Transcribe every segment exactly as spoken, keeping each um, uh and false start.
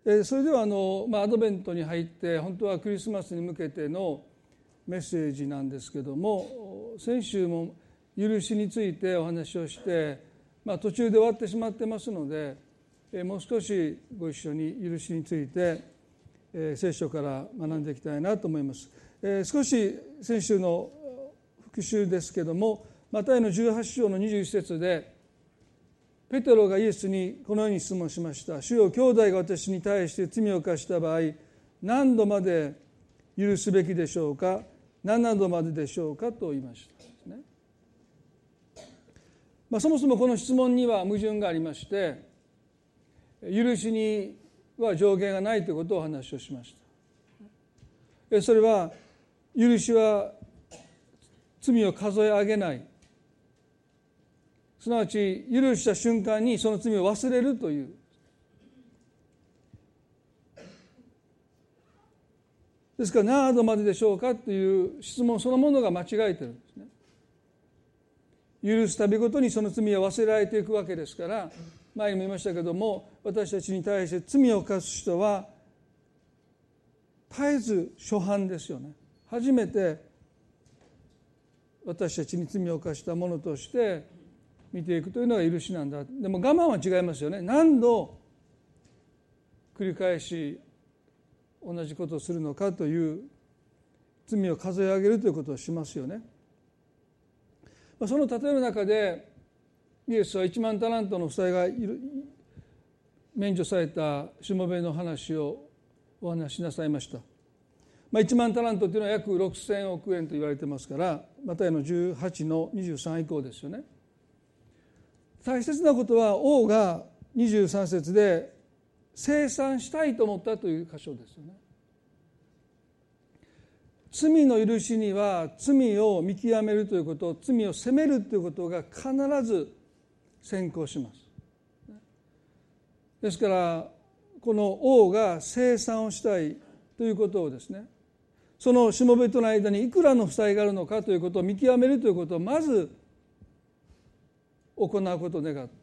それではあの、まあ、アドベントに入って本当はクリスマスに向けてのメッセージなんですけども、先週も許しについてお話をして、まあ、途中で終わってしまってますので、もう少しご一緒に許しについて聖書から学んでいきたいなと思います。少し先週の復習ですけども、マタイのじゅうはち章のにじゅういち節でペテロがイエスにこのように質問しました。主よ、兄弟が私に対して罪を犯した場合、何度まで許すべきでしょうか、何度まででしょうかと言いました、ね。まあ、そもそもこの質問には矛盾がありまして、許しには上限がないということをお話をしました。それは許しは罪を数え上げない、すなわち許した瞬間にその罪を忘れるという、ですから何度まででしょうかという質問そのものが間違えてるんですね。許すたびごとにその罪は忘れられていくわけですから、前にも言いましたけども、私たちに対して罪を犯す人は絶えず初犯ですよね。初めて私たちに罪を犯したものとして見ていくというのが許しなんだ。でも我慢は違いますよね。何度繰り返し同じことをするのかという、罪を数え上げるということをしますよね。その例えの中でイエスはいちまんタラントの負債が免除されたしもべの話をお話しなさいました。まあ、いちまんタラントというのは約ろくせんおくえんと言われてますから、マタイのじゅうはちのにじゅうさん以降ですよね。大切なことは王がにじゅうさん節で清算したいと思ったという箇所ですよね。罪の許しには罪を見極めるということ、罪を責めるということが必ず先行します。ですからこの王が清算をしたいということをですね、そのしもべとの間にいくらの負債があるのかということを見極めるということをまず行うことを願った。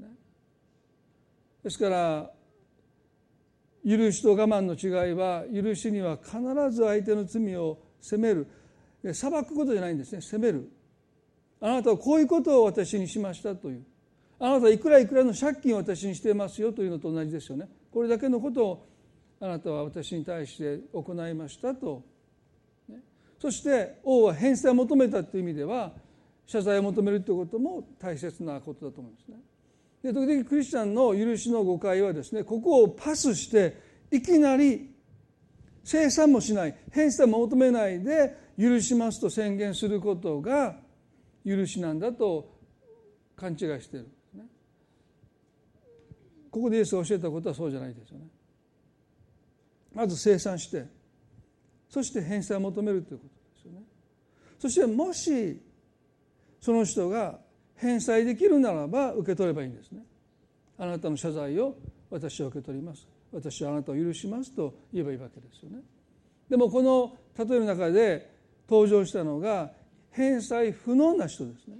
ですから許しと我慢の違いは、許しには必ず相手の罪を責める、裁くことじゃないんですね。責める。あなたはこういうことを私にしましたという、あなたはいくらいくらの借金を私にしていますよというのと同じですよね。これだけのことをあなたは私に対して行いましたと。そして王は返済を求めたという意味では、謝罪を求めるということも大切なことだと思いますね。で、時々クリスチャンの許しの誤解はですね、ここをパスしていきなり清算もしない、返済も求めないで許しますと宣言することが許しなんだと勘違いしているんですね。ここでイエスが教えたことはそうじゃないですよね。まず清算して、そして返済を求めるということですよね。そしてもしその人が返済できるならば受け取ればいいんですね。あなたの謝罪を私は受け取ります、私はあなたを許しますと言えばいいわけですよね。でもこの例えの中で登場したのが返済不能な人ですね。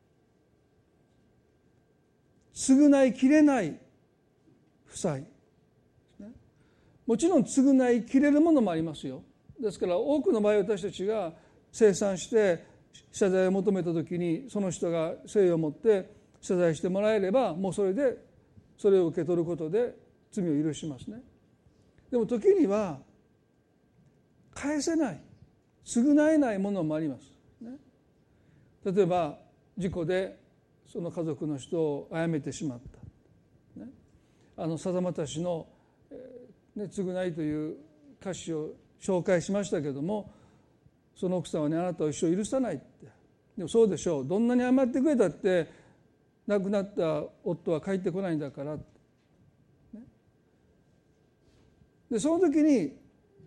償いきれない負債ですね。もちろん償いきれるものもありますよ。ですから多くの場合私たちが清算して謝罪を求めたときに、その人が誠意を持って謝罪してもらえれば、もうそれでそれを受け取ることで罪を許しますね。でも時には返せない、償えないものもありますね。例えば事故でその家族の人を殺めてしまった、ね、あのさだまたしの、ね、償いという歌詞を紹介しましたけれども、その奥さんはね、あなたを一生許さないって。でもそうでしょう、どんなに謝ってくれたって亡くなった夫は帰ってこないんだから、ね、でその時に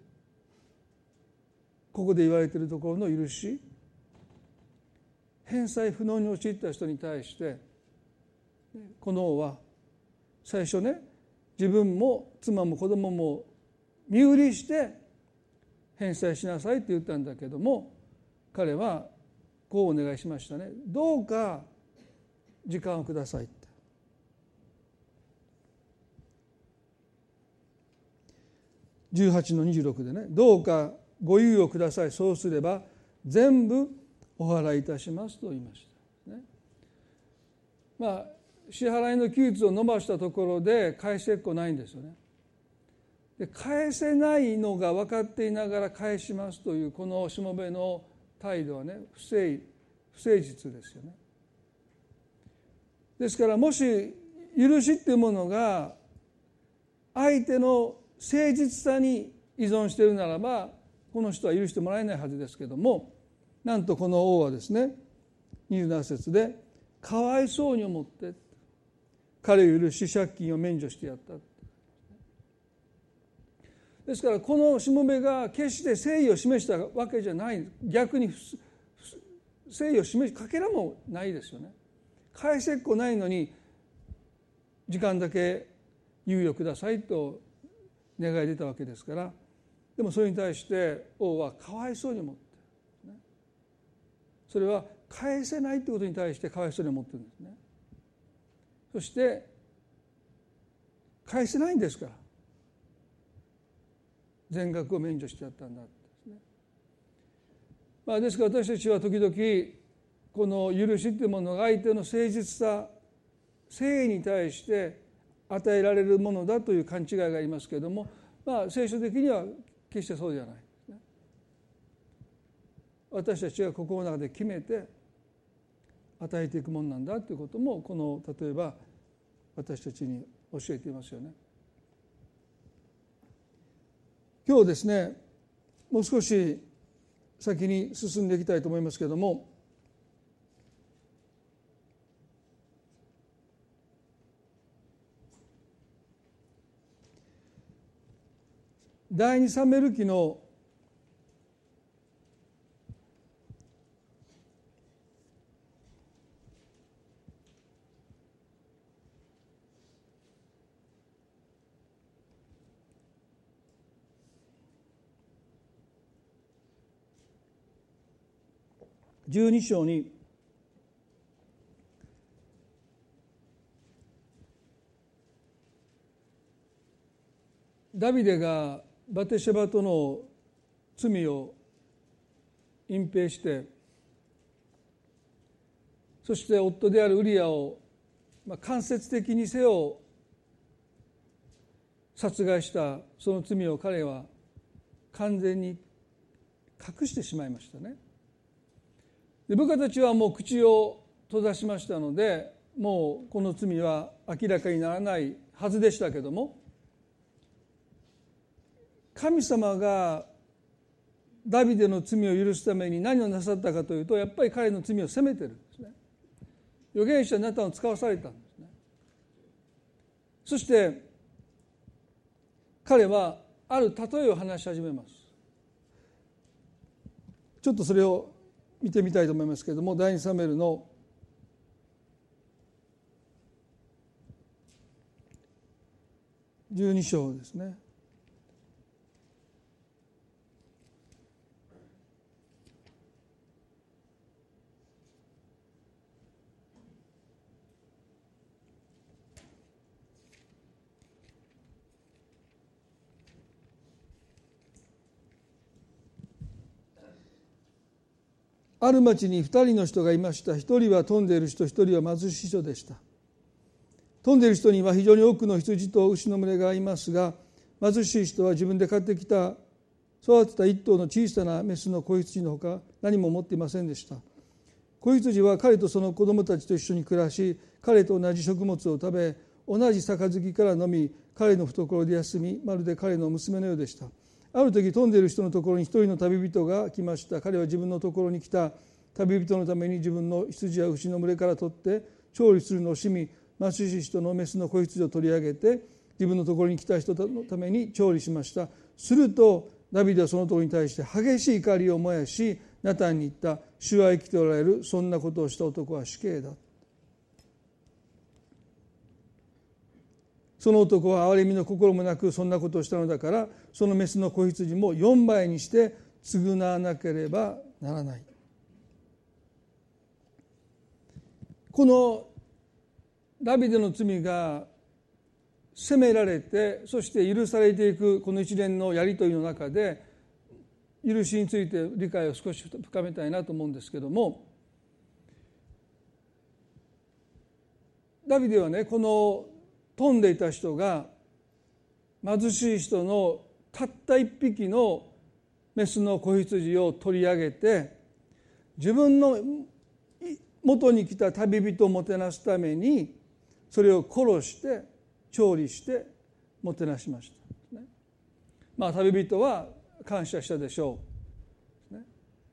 ここで言われているところの許し、返済不能に陥った人に対してこの王は最初ね、自分も妻も子供も身売りして返済しなさいって言ったんだけども、彼はこうお願いしましたね。どうか時間をくださいって。 じゅうはちのにじゅうろくでね、どうかご猶予ください、そうすれば全部お払いいたしますと言いました、ね。まあ支払いの期日を延ばしたところで返せっこないんですよね。で返せないのが分かっていながら返しますというこのしもべの態度はね、不誠不誠実ですよね。ですからもし許しっていうものが相手の誠実さに依存しているならば、この人は許してもらえないはずですけども、なんとこの王はですね、にじゅうなな節でかわいそうに思って彼を許し借金を免除してやった。ですからこのしもべが決して誠意を示したわけじゃない、逆に誠意を示すかけらもないですよね。返せっこないのに時間だけ猶予くださいと願い出たわけですから、でもそれに対して王はかわいそうに思って、それは返せないということに対してかわいそうに思ってるんですね。そして返せないんですから全額を免除してやったんだですね。まあ、ですから私たちは時々この許しというものが相手の誠実さ、誠意に対して与えられるものだという勘違いがありますけれども、まあ、聖書的には決してそうではないですね。私たちが心の中で決めて与えていくものなんだということも、この例えば私たちに教えていますよね。今日ですね、もう少し先に進んでいきたいと思いますけれども、第二サムエル記のじゅうに章にダビデがバテシェバとの罪を隠蔽して、そして夫であるウリアを間接的にせよ殺害したその罪を彼は完全に隠してしまいましたね。で部下たちはもう口を閉ざしましたので、もうこの罪は明らかにならないはずでしたけども、神様がダビデの罪を許すために何をなさったかというと、やっぱり彼の罪を責めてるんですね。預言者ナタンを使わされたんですね。そして彼はある例えを話し始めます。ちょっとそれを見てみたいと思いますけれども、第二サムエルのじゅうに章ですね。ある町に二人の人がいました。一人は富んでいる人、一人は貧しい人でした。富んでいる人には非常に多くの羊と牛の群れがいますが、貧しい人は自分で買ってきた育てた一頭の小さなメスの子羊のほか何も持っていませんでした。子羊は彼とその子供たちと一緒に暮らし、彼と同じ食物を食べ、同じ杯から飲み、彼の懐で休み、まるで彼の娘のようでした。ある時、富んでいる人のところに一人の旅人が来ました。彼は自分のところに来た旅人のために自分の羊や牛の群れから取って調理するのを惜しみ、貧しい人のメスの子羊を取り上げて自分のところに来た人のために調理しました。するとダビデはそのところに対して激しい怒りを燃やし、ナタンに言った。主は生きておられる。そんなことをした男は死刑だ。その男は憐れみの心もなくそんなことをしたのだから、そのメスの子羊もよんばいにして償わなければならない。このダビデの罪が責められて、そして許されていくこの一連のやり取りの中で許しについて理解を少し深めたいなと思うんですけども、ダビデはね、この飛んでいた人が貧しい人のたった一匹のメスの子羊を取り上げて、自分の元に来た旅人をもてなすためにそれを殺して調理してもてなしました、ね。まあ旅人は感謝したでしょう、ね、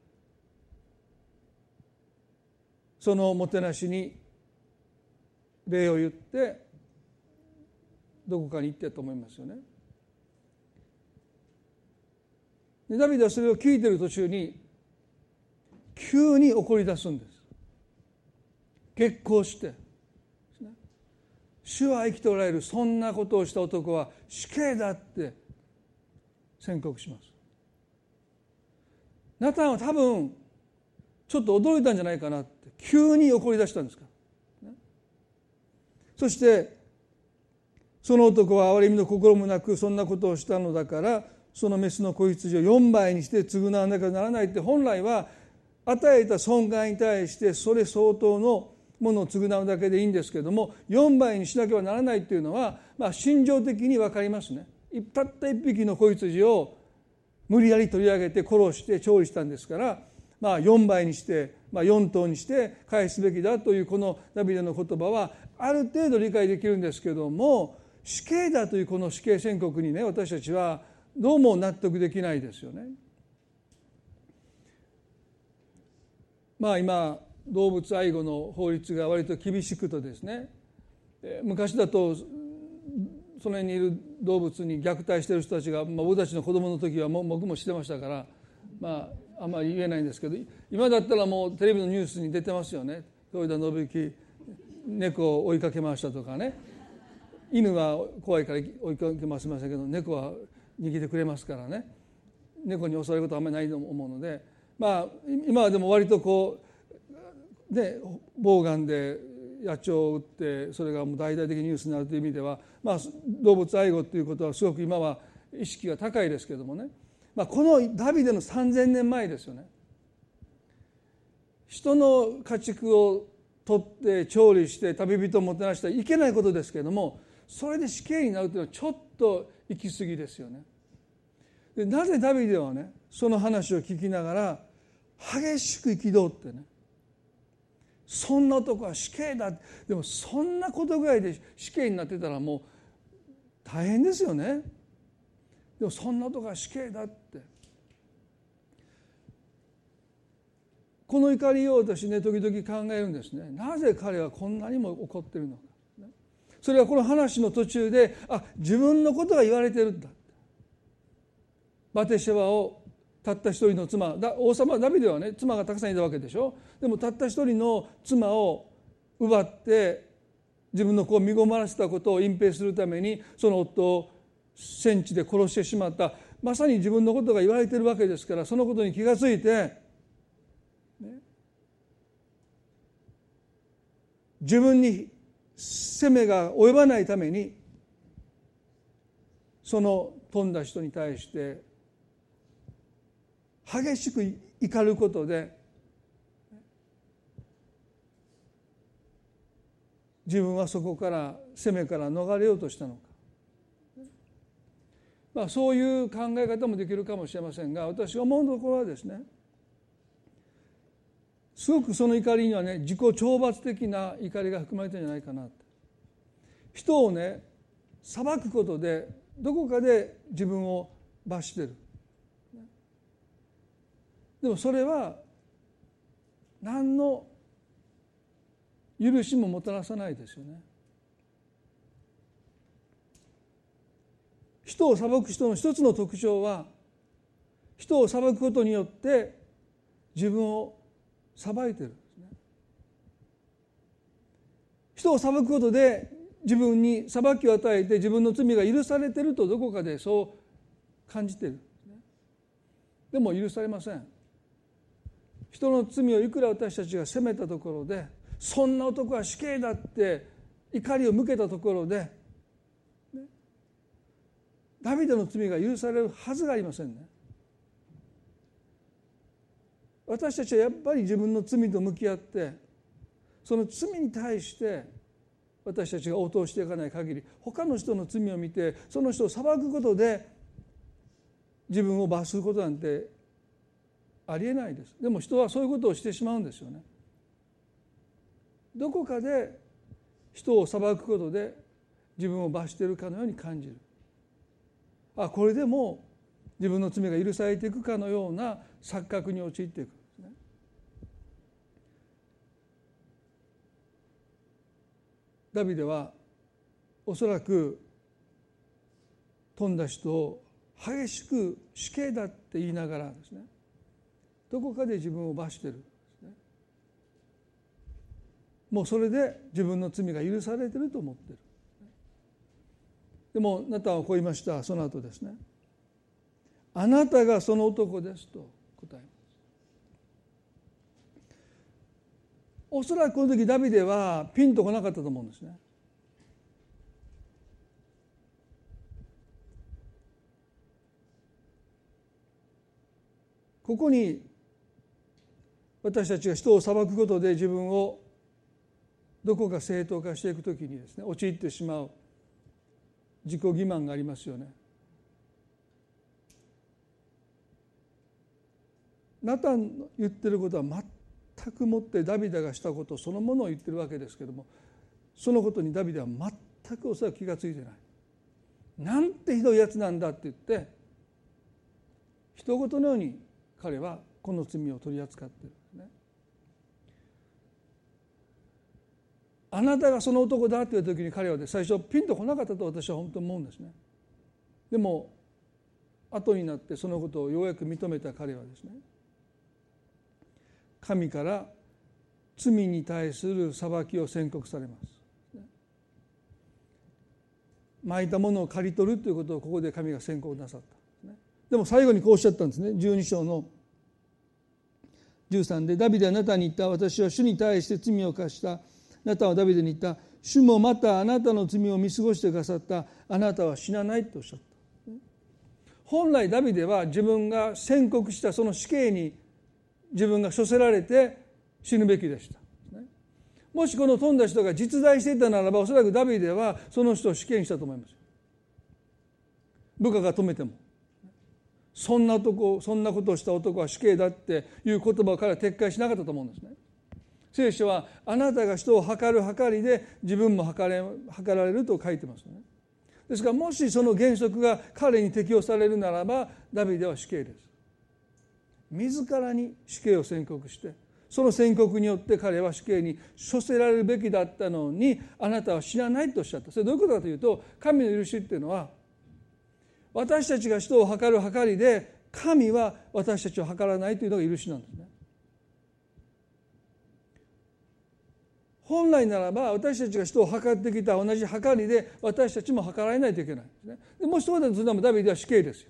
そのもてなしに礼を言ってどこかに行ったと思いますよね。でダビデはそれを聞いている途中に急に怒り出すんです。激高して主は生きておられる、そんなことをした男は死刑だって宣告します。ナタンは多分ちょっと驚いたんじゃないかなって、急に怒り出したんですから、ね、そしてその男は憐れみの心もなくそんなことをしたのだからそのメスの子羊をよんばいにして償わなきゃならないって、本来は与えた損害に対してそれ相当のものを償うだけでいいんですけれども、よんばいにしなければならないというのは、まあ、心情的に分かりますね。たった一匹の子羊を無理やり取り上げて殺して調理したんですから、まあ、よんばいにして、まあ、よん頭にして返すべきだというこのダビデの言葉はある程度理解できるんですけれども、死刑だというこの死刑宣告にね、私たちはどうも納得できないですよね。まあ今動物愛護の法律が割と厳しくとですね、昔だとその辺にいる動物に虐待している人たちが、まあ、僕たちの子供の時はもう僕もしてましたから、まああんまり言えないんですけど、今だったらもうテレビのニュースに出てますよね。豊田信之猫を追いかけましたとかね、犬は怖いから追いかけませんけど猫は逃げてくれますからね、猫に襲われることはあんまりないと思うので、まあ今はでも割とこうね、ボウガンで野鳥を撃ってそれがもう大々的にニュースになるという意味では、まあ、動物愛護ということはすごく今は意識が高いですけれどもね、まあ、このダビデのさんぜんねんまえですよね。人の家畜を取って調理して旅人をもてなしたらいけないことですけれども、それで死刑になるというのはちょっと行き過ぎですよね。でなぜダビデはねその話を聞きながら激しく憤ってね、そんな男は死刑だ、でもそんなことぐらいで死刑になってたらもう大変ですよね。でもそんな男は死刑だって、この怒りを私ね時々考えるんですね。なぜ彼はこんなにも怒っているのか。それはこの話の途中で、あ、自分のことが言われてるんだ。バテシェバをたった一人の妻、王様ダビデはね妻がたくさんいたわけでしょ。でもたった一人の妻を奪って自分の子を身ごもらせたことを隠蔽するためにその夫を戦地で殺してしまった、まさに自分のことが言われているわけですから、そのことに気がついて、ね、自分に責めが及ばないためにその飛んだ人に対して激しく怒ることで自分はそこから責めから逃れようとしたのか、まあ、そういう考え方もできるかもしれませんが、私が思うところはですね、すごくその怒りにはね自己懲罰的な怒りが含まれてるんじゃないかなと。人をね裁くことでどこかで自分を罰してる。でもそれは何の許しももたらさないですよね。人を裁く人の一つの特徴は、人を裁くことによって自分を裁いているんですね。人を裁くことで自分に裁きを与えて自分の罪が許されているとどこかでそう感じているんですね。でも許されません。人の罪をいくら私たちが責めたところで、そんな男は死刑だって怒りを向けたところで、ね、 ダビデの罪が許されるはずがありませんね。私たちはやっぱり自分の罪と向き合って、その罪に対して私たちが応答していかない限り、他の人の罪を見てその人を裁くことで自分を罰することなんてありえないです。でも人はそういうことをしてしまうんですよね。どこかで人を裁くことで自分を罰しているかのように感じる。あ、これでも自分の罪が許されていくかのような錯覚に陥っていくんですね。ダビデはおそらく富んだ人を激しく死刑だって言いながらですね、どこかで自分を罰しているんですね。もうそれで自分の罪が許されていると思っている。でもナタンはこう言いました。その後ですね、あなたがその男ですと答えます。おそらくこの時ダビデはピンとこなかったと思うんですね。ここに私たちが人を裁くことで自分をどこか正当化していくときにですね、陥ってしまう自己欺瞞がありますよね。ナタンの言ってることは全くもってダビデがしたことそのものを言ってるわけですけども、そのことにダビデは全くおそらく気がついてない。なんてひどいやつなんだって言って人事のように彼はこの罪を取り扱っているんですね。あなたがその男だという時に彼は最初ピンとこなかったと私は本当に思うんですね。でも後になってそのことをようやく認めた彼はですね、神から罪に対する裁きを宣告されます。まいたものを刈り取るということをここで神が宣告なさった。でも最後にこうおっしゃったんですね。じゅうに章のじゅうさんで、ダビデはナタンに言った。私は主に対して罪を犯した。ナタンはダビデに言った。主もまたあなたの罪を見過ごしてくださった。あなたは死なないとおっしゃった。本来ダビデは自分が宣告したその死刑に自分が処せられて死ぬべきでした。もしこの富んだ人が実在していたならば、おそらくダビデはその人を死刑にしたと思います。部下が止めてもそんな男、そんなことをした男は死刑だっていう言葉を彼は撤回しなかったと思うんですね。聖書はあなたが人を測る測りで自分も測れ、測られると書いてますね。ですからもしその原則が彼に適用されるならばダビデは死刑です。自らに死刑を宣告して、その宣告によって彼は死刑に処せられるべきだったのに、あなたは死なないとおっしゃった。それどういうことかというと、神の許しっていうのは私たちが人を測る測りで神は私たちを測らないというのが許しなんですね。本来ならば私たちが人を測ってきた同じ測りで私たちも測られないといけないんですね。でもしそうだとするとダビデは死刑ですよ。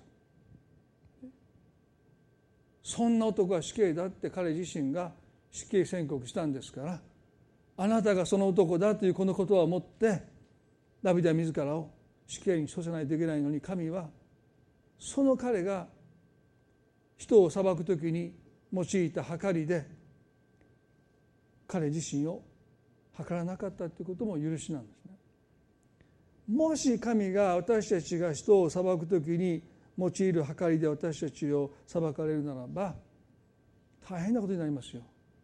そんな男は死刑だって彼自身が死刑宣告したんですから、あなたがその男だというこの言葉をもってダビデは自らを死刑に処せないといけないのに、神はその彼が人を裁くときに用いた計りで彼自身を計らなかったということも許しなんですね。もし神が私たちが人を裁くときに用いる計りで私たちを裁かれるならば大変なことになりますよ。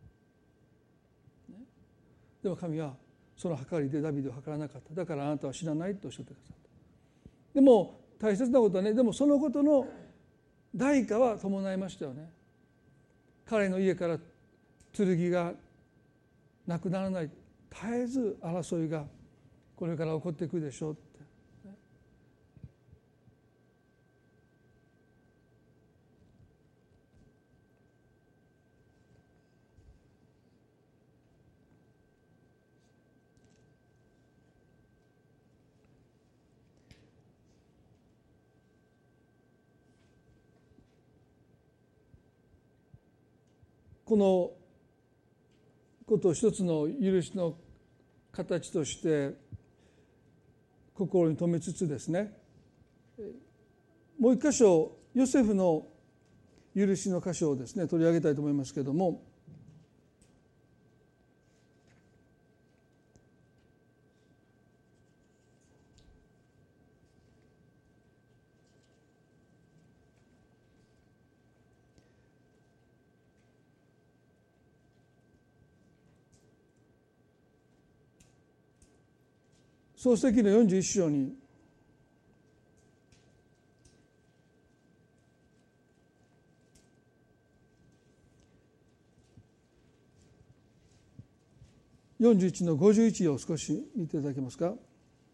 でも神はその計りでダビデを計らなかった。だからあなたは死なないとおっしゃってくださった。でも大切なことはね、でもそのことの代価は伴いましたよね。彼の家から剣がなくならない、絶えず争いがこれから起こっていくでしょうって。このことを一つの許しの形として心に留めつつですね、 もう一箇所ヨセフの許しの箇所をですね取り上げたいと思いますけれども、創世記のよんじゅういち章によんじゅういちのごじゅういちを少し見ていただけますか。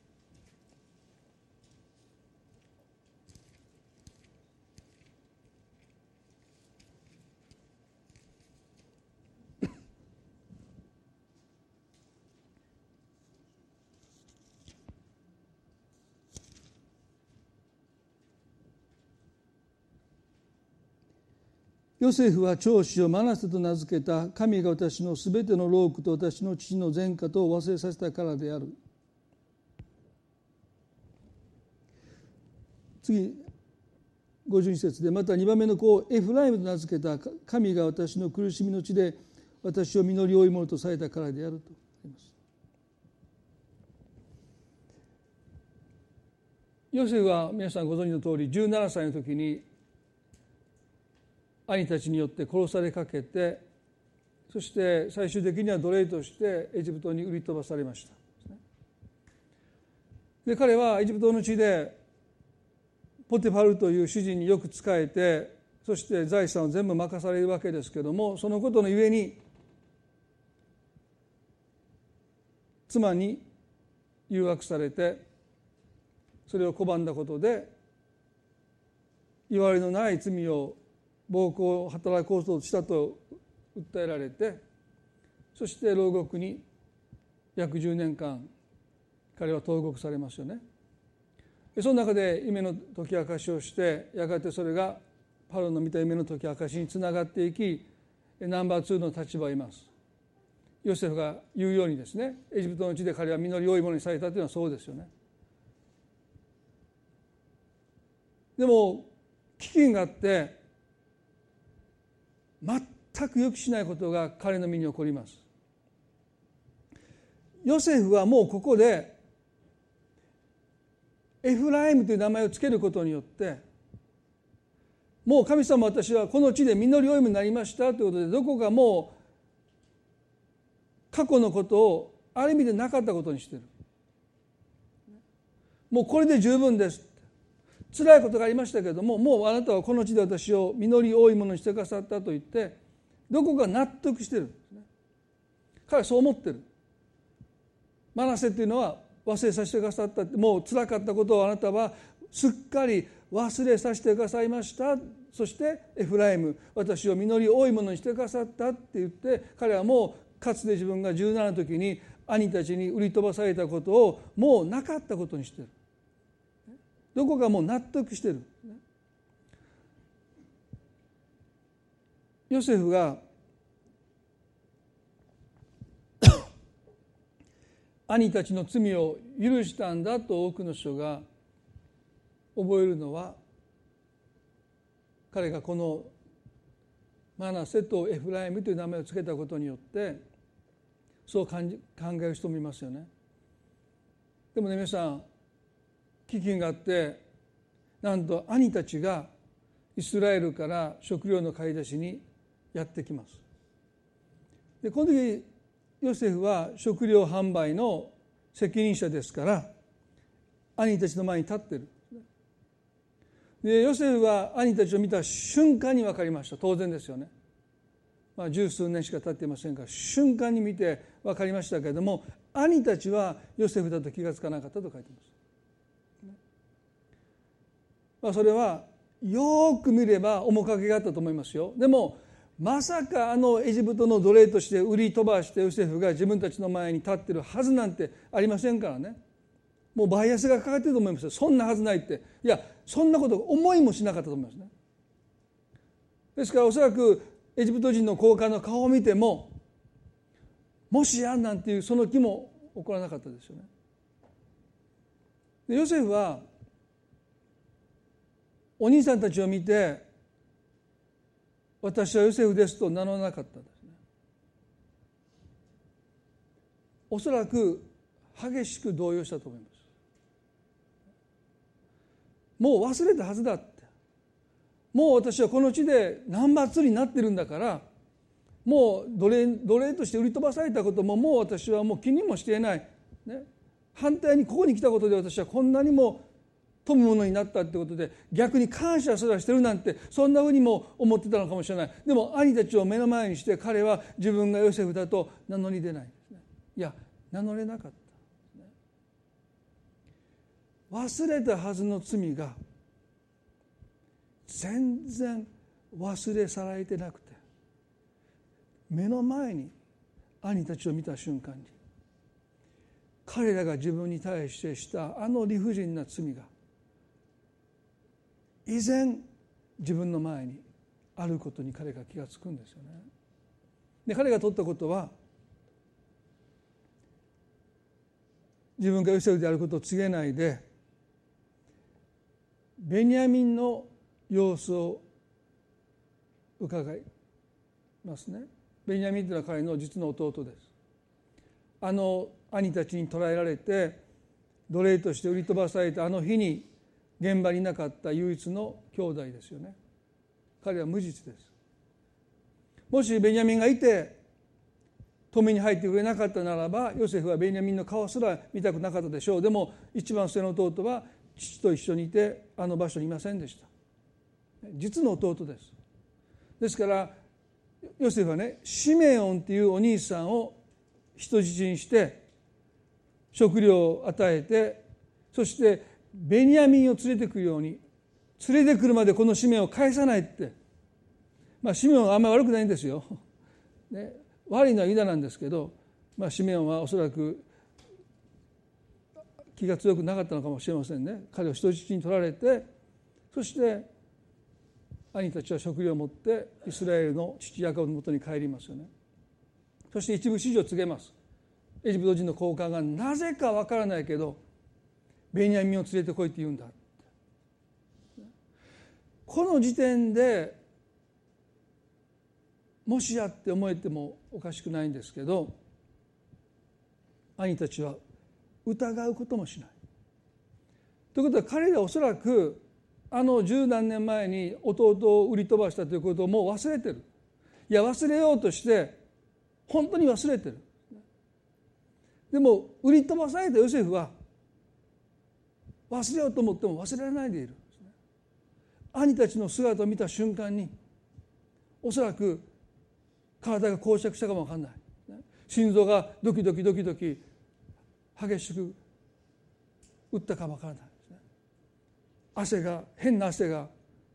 ヨセフは長子をマナセと名付けた。神が私のすべての労苦と私の父の前科とを忘れさせたからである。次ごじゅうに節で、またにばんめの子をエフライムと名付けた。神が私の苦しみの地で私を実り多いものとされたからであるとあります。ヨセフは皆さんご存知の通りじゅうななさいの時に兄たちによって殺されかけて、そして最終的には奴隷としてエジプトに売り飛ばされました。で彼はエジプトの地でポティファルという主人によく仕えて、そして財産を全部任されるわけですけども、そのことのゆえに妻に誘惑されて、それを拒んだことでいわれのない罪を暴行を働こうとしたと訴えられて、そして牢獄に約じゅうねんかん彼は投獄されますよね。その中で夢の解き明かしをして、やがてそれがパロの見た夢の解き明かしにつながっていき、ナンバーツーの立場をいます。ヨセフが言うようにですね、エジプトの地で彼は実り良いものにされたというのはそうですよね。でも飢饉があって全く予期しないことが彼の身に起こります。ヨセフはもうここでエフライムという名前をつけることによって、もう神様私はこの地で実り良いものになりましたということで、どこかもう過去のことをある意味でなかったことにしている。もうこれで十分です。辛いことがありましたけれども、もうあなたはこの地で私を実り多いものにしてくださったと言って、どこか納得しているんですね。彼はそう思っている。マナセというのは忘れさせてくださった。もう辛かったことをあなたはすっかり忘れさせてくださいました。そしてエフライム、私を実り多いものにしてくださったって言って、彼はもうかつて自分がじゅうななの時に兄たちに売り飛ばされたことをもうなかったことにしている。どこかもう納得している。ヨセフが兄たちの罪を許したんだと多くの人が覚えるのは、彼がこのマナセとエフライムという名前を付けたことによってそう感じ考える人もいますよね。でもね、皆さん、飢饉があって、なんと兄たちがイスラエルから食料の買い出しにやってきます。でこの時ヨセフは食料販売の責任者ですから兄たちの前に立っている。でヨセフは兄たちを見た瞬間に分かりました。当然ですよね。まあ十数年しか経っていませんから瞬間に見て分かりましたけれども、兄たちはヨセフだと気がつかなかったと書いています。まあ、それはよく見れば面影があったと思いますよ。でもまさかあのエジプトの奴隷として売り飛ばしてヨセフが自分たちの前に立っているはずなんてありませんからね。もうバイアスがかかっていると思いますよ。そんなはずないって、いやそんなこと思いもしなかったと思いますね。ですからおそらくエジプト人の高官の顔を見てももしやんなんていうその気も起こらなかったですよね。でヨセフはお兄さんたちを見て私はヨセフですと名乗らなかったんですね。おそらく激しく動揺したと思います。もう忘れたはずだって、もう私はこの地で難罰になってるんだから、もう奴隷、奴隷として売り飛ばされたことももう私はもう気にもしていない、ね、反対にここに来たことで私はこんなにも富むものになったってことで逆に感謝すらしてるなんて、そんなふうにも思ってたのかもしれない。でも兄たちを目の前にして彼は自分がヨセフだと名乗り出ないんですね。いや、名乗れなかった。忘れたはずの罪が全然忘れ去られてなくて、目の前に兄たちを見た瞬間に彼らが自分に対してしたあの理不尽な罪が依然自分の前にあることに彼が気がつくんですよね。で、彼が取ったことは、自分がヨセフであることを告げないでベニヤミンの様子を伺いますね。ベニヤミンというのは彼の実の弟です。あの兄たちに捕らえられて奴隷として売り飛ばされたあの日に現場にいなかった唯一の兄弟ですよね。彼は無実です。もしベニヤミンがいて止めに入ってくれなかったならば、ヨセフはベニヤミンの顔すら見たくなかったでしょう。でも一番末の弟は父と一緒にいてあの場所にいませんでした。実の弟です。ですからヨセフはね、シメオンっていうお兄さんを人質にして食料を与えて、そしてベニヤミンを連れてくるように、連れてくるまでこのシメオンを返さないって、まあシメオンはあんまり悪くないんですよ、ね、悪いのはユダなんですけど、まあシメオンはおそらく気が強くなかったのかもしれませんね。彼を人質に取られて、そして兄たちは食料を持ってイスラエルの父ヤコブのもとに帰りますよね。そして一部指示を告げます。エジプト人の高官がなぜかわからないけどベニヤミンを連れてこいって言うんだ。この時点でもしやって思えてもおかしくないんですけど、兄たちは疑うこともしない。ということは彼らはおそらくあの十何年前に弟を売り飛ばしたということをもう忘れてる。いや、忘れようとして本当に忘れてる。でも売り飛ばされたヨセフは忘れようと思っても忘れられないでいる。兄たちの姿を見た瞬間におそらく体が膠着したかもわかんない。心臓がドキドキドキドキ激しく打ったかもわからない。汗が変な汗が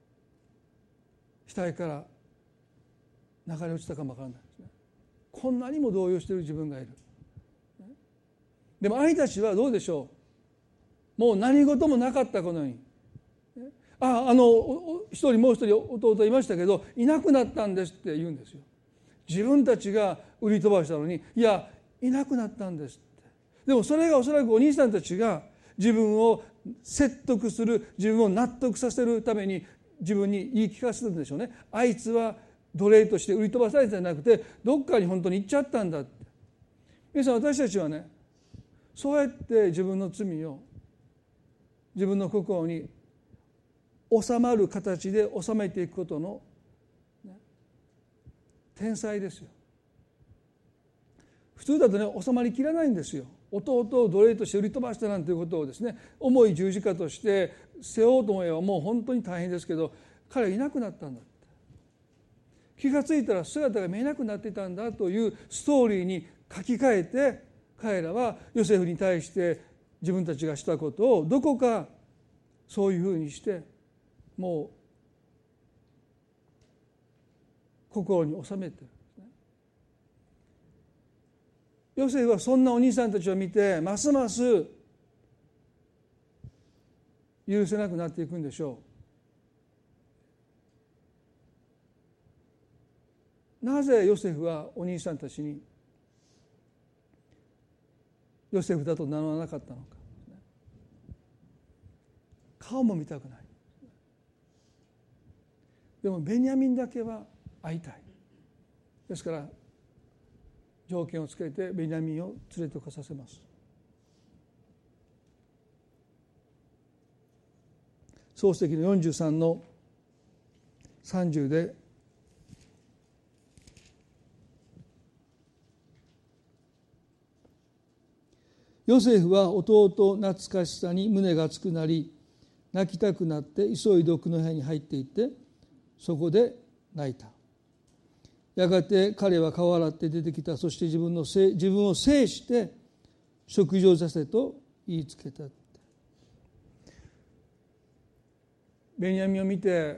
額から流れ落ちたかもわからないですね。こんなにも動揺している自分がいる。でも兄たちはどうでしょう。もう何事もなかったこのように、ああの一人もう一人弟いましたけどいなくなったんですって言うんですよ。自分たちが売り飛ばしたのに、いやいなくなったんですって。でもそれがおそらくお兄さんたちが自分を説得する、自分を納得させるために自分に言い聞かせるんでしょうね。あいつは奴隷として売り飛ばされたんじゃなくてどっかに本当に行っちゃったんだって。皆さん、私たちはね、そうやって自分の罪を自分の心に収まる形で収めていくことの、ね、天才ですよ。普通だとね、収まりきらないんですよ。弟を奴隷として売り飛ばしたなんていうことをですね、重い十字架として背負おうと思えばもう本当に大変ですけど、彼はいなくなったんだって。気がついたら姿が見えなくなっていたんだというストーリーに書き換えて、彼らはヨセフに対して自分たちがしたことをどこかそういうふうにしてもう心に収めている。ヨセフはそんなお兄さんたちを見てますます許せなくなっていくんでしょう。なぜヨセフはお兄さんたちにヨセフだと名乗らなかったのか。顔も見たくない。 でもベニヤミンだけは会いたい。ですから条件をつけてベニヤミンを連れてこさせます。創世記のよんじゅうさんのさんじゅうで、ヨセフは弟懐かしさに胸が熱くなり、泣きたくなって急いで奥の部屋に入っていってそこで泣いた。やがて彼は顔を洗って出てきた。そして自分のせ自分を制して食事をさせと言いつけた。ベニヤミンを見て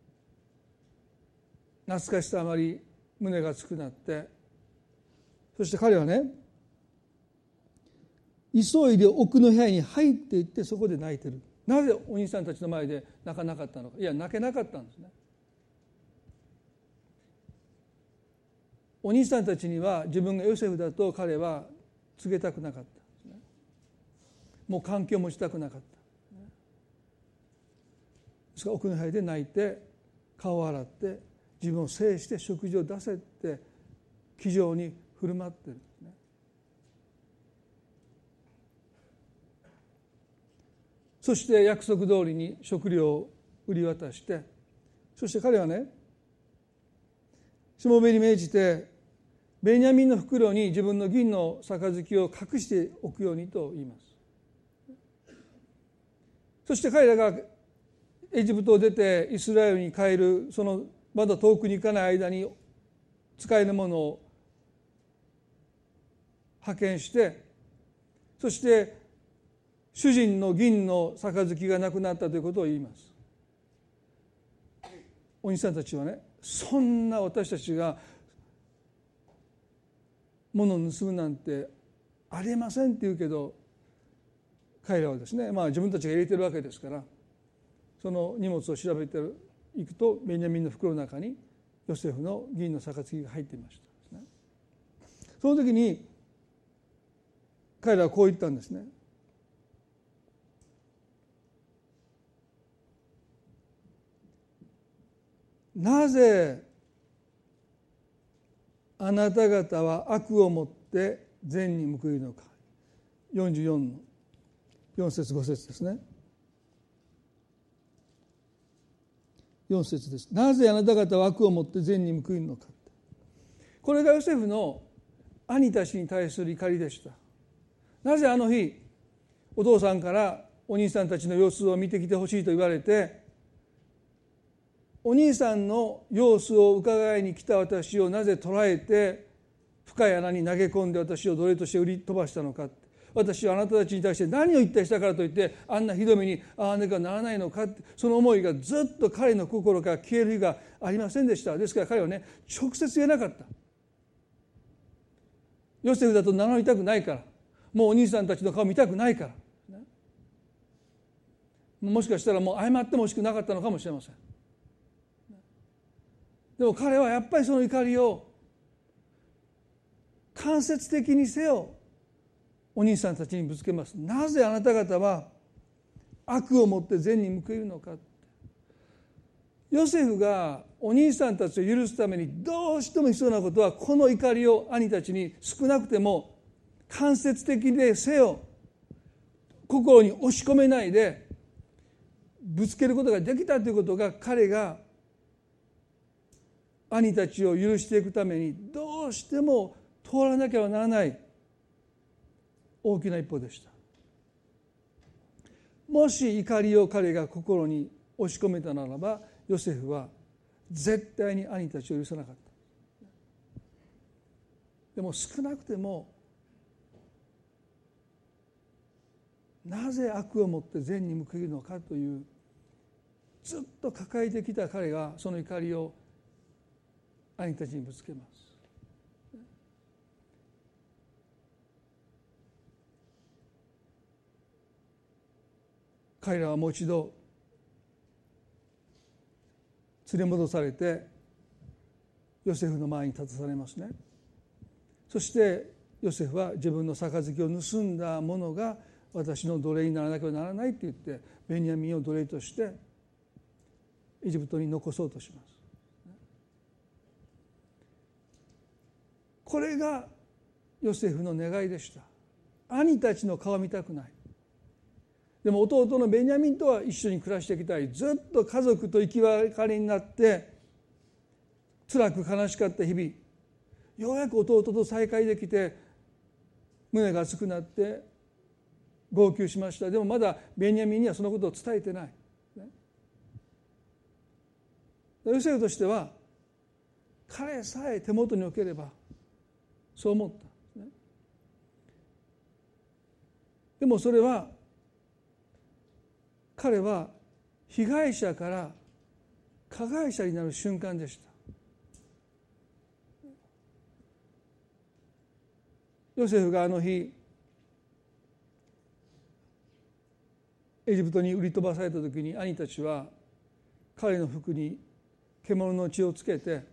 懐かしさあまり胸が熱くなって、そして彼はね、急いで奥の部屋に入っていってそこで泣いてる。なぜお兄さんたちの前で泣かなかったのか。いや、泣けなかったんですね。お兄さんたちには自分がヨセフだと彼は告げたくなかったんですね。もう関係を持ちたくなかった。ですから奥の部屋で泣いて顔を洗って自分を制して食事を出せって気丈に振る舞ってるんですね。そして約束通りに食料を売り渡して、そして彼はね、しもべに命じてベニヤミンの袋に自分の銀の杯を隠しておくようにと言います。そして彼らがエジプトを出てイスラエルに帰る、そのまだ遠くに行かない間に使えるものを派遣して、そして主人の銀の杯がなくなったということを言います。お兄さんたちはね、そんな私たちが物を盗むなんてありえませんって言うけど、彼らはですね、まあ自分たちが入れてるわけですから、その荷物を調べていくとベニヤミンの袋の中にヨセフの銀の杯が入っていました。その時に彼らはこう言ったんですね。なぜあなた方は悪をもって善に報いるのか。よんじゅうよんのよん節ご節ですね。よん節です。なぜあなた方は悪をもって善に報いるのか。これがヨセフの兄たちに対する怒りでした。なぜあの日お父さんからお兄さんたちの様子を見てきてほしいと言われて、お兄さんの様子を伺いに来た私をなぜ捕らえて深い穴に投げ込んで私を奴隷として売り飛ばしたのか。私はあなたたちに対して何を一体したからといってあんなひどい目に遭わねばならないのか。その思いがずっと彼の心から消える日がありませんでした。ですから彼はね、直接言えなかった。ヨセフだと名乗りたくないから、もうお兄さんたちの顔見たくないから、もしかしたらもう謝ってもほしくなかったのかもしれません。でも彼はやっぱりその怒りを間接的にせよお兄さんたちにぶつけます。なぜあなた方は悪をもって善に報いるのか。ヨセフがお兄さんたちを許すためにどうしても必要なことは、この怒りを兄たちに少なくても間接的でせよ心に押し込めないでぶつけることができたということが、彼が兄たちを許していくためにどうしても通らなければならない大きな一歩でした。もし怒りを彼が心に押し込めたならば、ヨセフは絶対に兄たちを許さなかった。でも少なくてもなぜ悪をもって善に報いるのかというずっと抱えてきた彼がその怒りを兄たちにぶつけます。彼らはもう一度連れ戻されてヨセフの前に立たされますね。そしてヨセフは自分の杯を盗んだものが私の奴隷にならなければならないって言ってベニヤミンを奴隷としてエジプトに残そうとします。 これがヨセフの願いでした。兄たちの顔を見たくない。でも弟のベニヤミンとは一緒に暮らしていきたい。ずっと家族と生き別れになって辛く悲しかった日々、ようやく弟と再会できて胸が熱くなって号泣しました。でもまだベニヤミンにはそのことを伝えてない。ヨセフとしては彼さえ手元に置ければそう思った。でもそれは彼は被害者から加害者になる瞬間でした。ヨセフがあの日エジプトに売り飛ばされた時に、兄たちは彼の服に獣の血をつけて、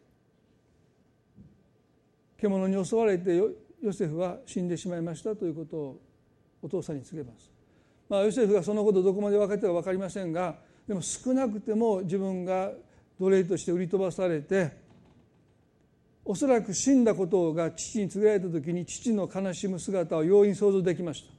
獣に襲われてヨセフは死んでしまいましたということをお父さんに告げます。まあ、ヨセフがそのことをどこまで分かっているか分かりませんが、でも少なくても自分が奴隷として売り飛ばされて、おそらく死んだことが父に告げられた時に父の悲しむ姿を容易に想像できました。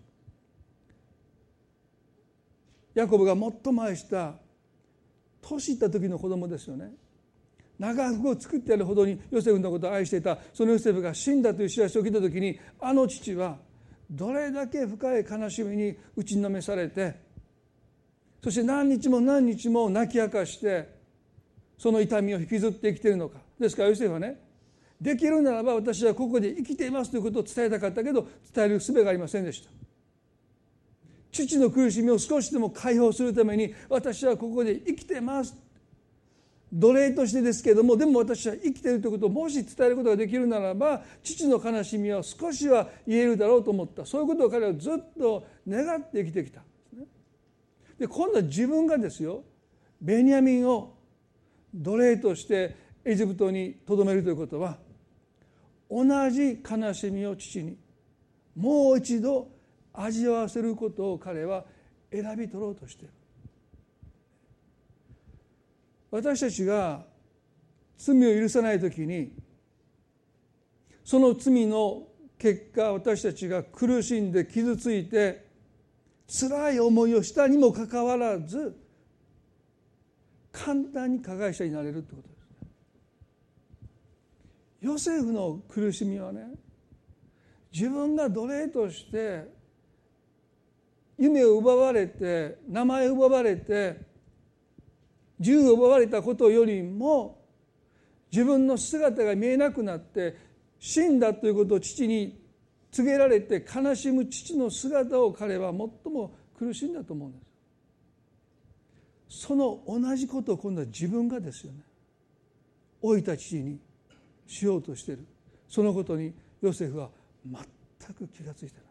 ヤコブが最も愛した年いった時の子供ですよね。長服を作ってやるほどにヨセフのことを愛していたそのヨセフが死んだという知らせを聞いた時に、あの父はどれだけ深い悲しみに打ちのめされて、そして何日も何日も泣き明かしてその痛みを引きずって生きているのか。ですからヨセフはね、できるならば私はここで生きていますということを伝えたかったけど、伝える術がありませんでした。父の苦しみを少しでも解放するために、私はここで生きてます、奴隷としてですけれども、でも私は生きているということをもし伝えることができるならば、父の悲しみは少しは言えるだろうと思った。そういうことを彼はずっと願って生きてきた。で、今度は自分がですよ、ベニヤミンを奴隷としてエジプトに留めるということは、同じ悲しみを父にもう一度味わわせることを彼は選び取ろうとしている。私たちが罪を許さないときに、その罪の結果、私たちが苦しんで傷ついて辛い思いをしたにもかかわらず、簡単に加害者になれるということですね。ヨセフの苦しみはね、自分が奴隷として夢を奪われて、名前を奪われて、自由を奪われたことよりも、自分の姿が見えなくなって死んだということを父に告げられて悲しむ父の姿を彼は最も苦しんだと思うんです。その同じことを今度は自分がですよね、老いた父にしようとしている。そのことにヨセフは全く気がついてない。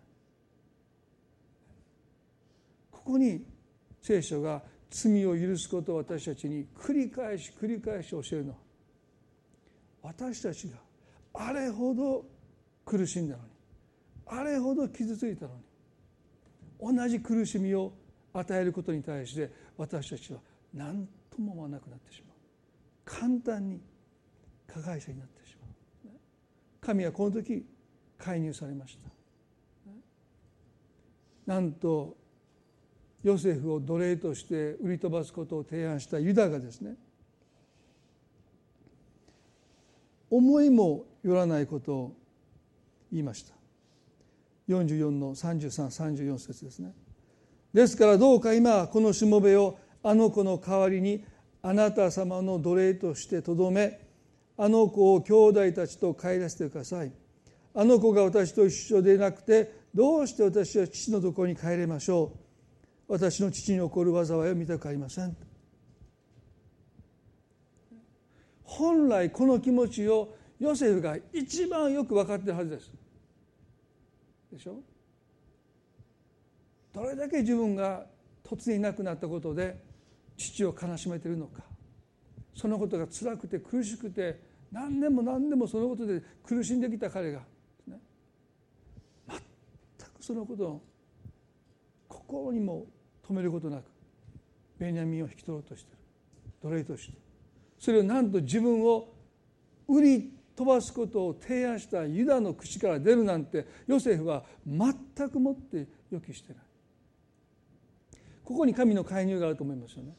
ここに聖書が罪を許すことを私たちに繰り返し繰り返し教えるのは、私たちがあれほど苦しんだのに、あれほど傷ついたのに、同じ苦しみを与えることに対して私たちは何とも思わなくなってしまう。簡単に加害者になってしまう。神はこの時介入されました。なんとヨセフを奴隷として売り飛ばすことを提案したユダがですね、思いもよらないことを言いました。よんじゅうよんのさんじゅうさん、さんじゅうよん節ですね。ですからどうか今このしもべをあの子の代わりにあなた様の奴隷としてとどめ、あの子を兄弟たちと帰らせてください。あの子が私と一緒でなくてどうして私は父のところに帰れましょう。私の父に起こる災いを見たくありません。本来この気持ちをヨセフが一番よく分かっているはずです。でしょ。どれだけ自分が突然いなくなったことで父を悲しめているのか、そのことが辛くて苦しくて何年も何年もそのことで苦しんできた彼が、ね、全くそのことを心にも止めることなくベニヤミンを引き取ろうとしている。奴隷としてそれをなんと自分を売り飛ばすことを提案したユダの口から出るなんてヨセフは全くもって予期してない。ここに神の介入があると思いますよね。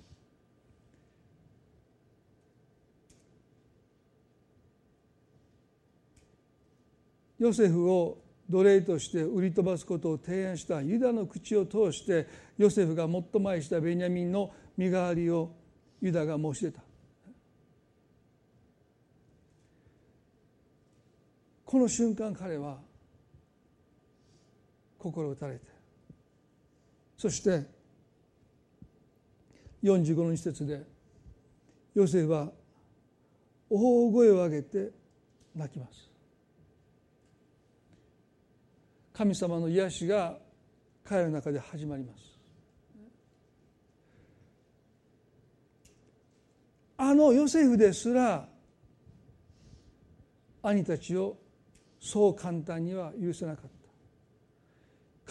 ヨセフを奴隷として売り飛ばすことを提案したユダの口を通してヨセフが最も愛したベニヤミンの身代わりをユダが申し出た。この瞬間彼は心打たれて、そしてよんじゅうごの一節でヨセフは大声を上げて泣きます。神様の癒しが彼の中で始まります。あのヨセフですら兄たちをそう簡単には許せなかった。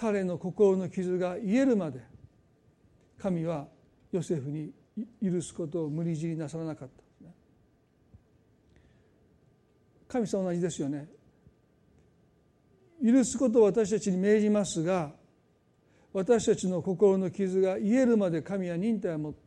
彼の心の傷が癒えるまで神はヨセフに許すことを無理強いなさらなかった。神様は同じですよね。許すことを私たちに命じますが、私たちの心の傷が癒えるまで神は忍耐を持って、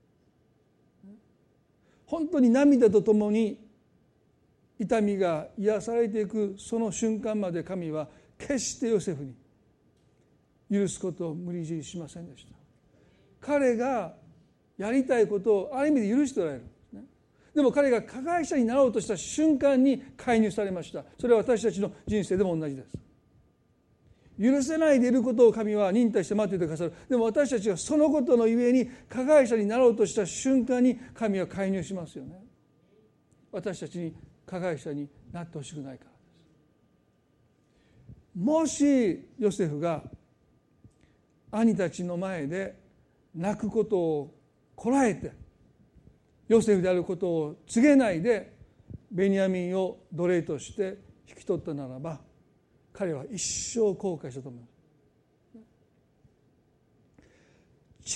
本当に涙とともに痛みが癒されていくその瞬間まで神は決してヨセフに許すことを無理強いしませんでした。彼がやりたいことをある意味で許しておられる。でも彼が加害者になろうとした瞬間に介入されました。それは私たちの人生でも同じです。許せないでいることを神は忍耐して待っていてくださる。でも私たちがそのことのゆえに加害者になろうとした瞬間に神は介入しますよね。私たちに加害者になってほしくないからです。もしヨセフが兄たちの前で泣くことをこらえてヨセフであることを告げないでベニヤミンを奴隷として引き取ったならば、彼は一生後悔したと思います。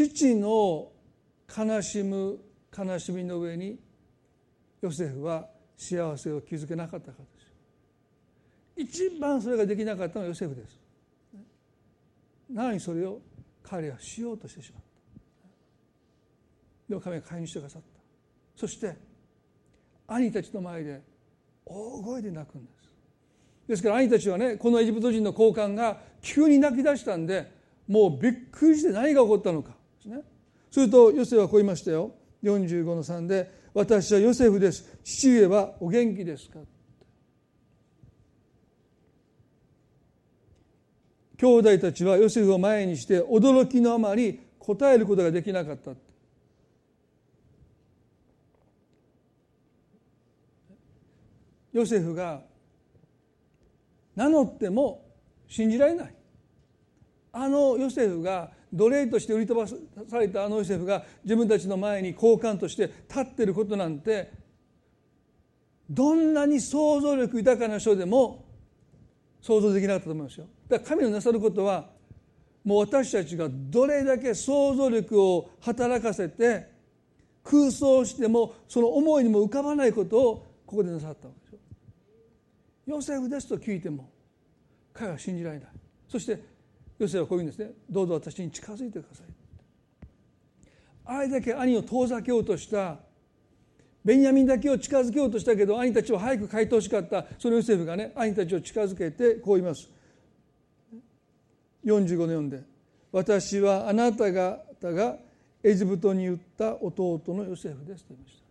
父の悲しむ悲しみの上にヨセフは幸せを築けなかったからです。一番それができなかったのはヨセフです。なのにそれを彼はしようとしてしまった。でも神が介入してくださった。そして兄たちの前で大声で泣くんです。ですから兄たちはね、このエジプト人の高官が急に泣き出したんで、もうびっくりして何が起こったのかですね。するとヨセフはこう言いましたよ。よんじゅうごのさんで、私はヨセフです。父上はお元気ですか。兄弟たちはヨセフを前にして驚きのあまり答えることができなかった。ヨセフが名乗っても信じられない。あのヨセフが奴隷として売り飛ばされたあのヨセフが自分たちの前に高官として立っていることなんて、どんなに想像力豊かな人でも想像できなかったと思いますよ。だから神のなさることは、もう私たちがどれだけ想像力を働かせて空想してもその思いにも浮かばないことをここでなさったわけですよ。ヨセフですと聞いても彼は信じられない。そしてヨセフはこういうんですね。どうぞ私に近づいてください。あれだけ兄を遠ざけようとしたベニヤミンだけを近づけようとしたけど、兄たちを早く帰ってほしかったそのヨセフがね、兄たちを近づけてこう言います。よんじゅうごのよんで、私はあなた方がエジプトに売った弟のヨセフですと言いました。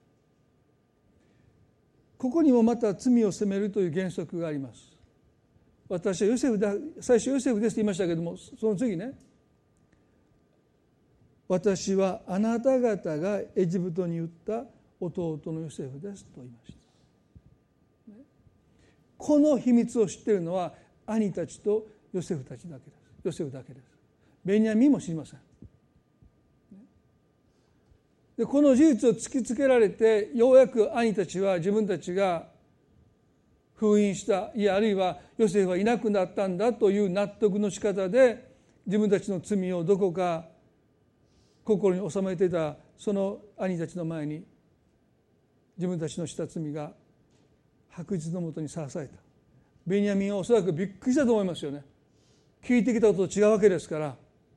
ここにもまた罪を責めるという原則があります。私はヨセフだ、最初ヨセフですと言いましたけれども、その次ね、私はあなた方がエジプトに売った弟のヨセフですと言いました。この秘密を知っているのは兄たちとヨセフたちだけです。ヨセフだけです。ベニヤミンも知りません。でこの事実を突きつけられて、ようやく兄たちは自分たちが封印した、いやあるいはヨセフはいなくなったんだという納得の仕方で、自分たちの罪をどこか心に収めていたその兄たちの前に自分たちのした罪が白日のもとにさらされた。ベニヤミンはおそらくびっくりしたと思いますよね。聞いてきたことと違うわけですから、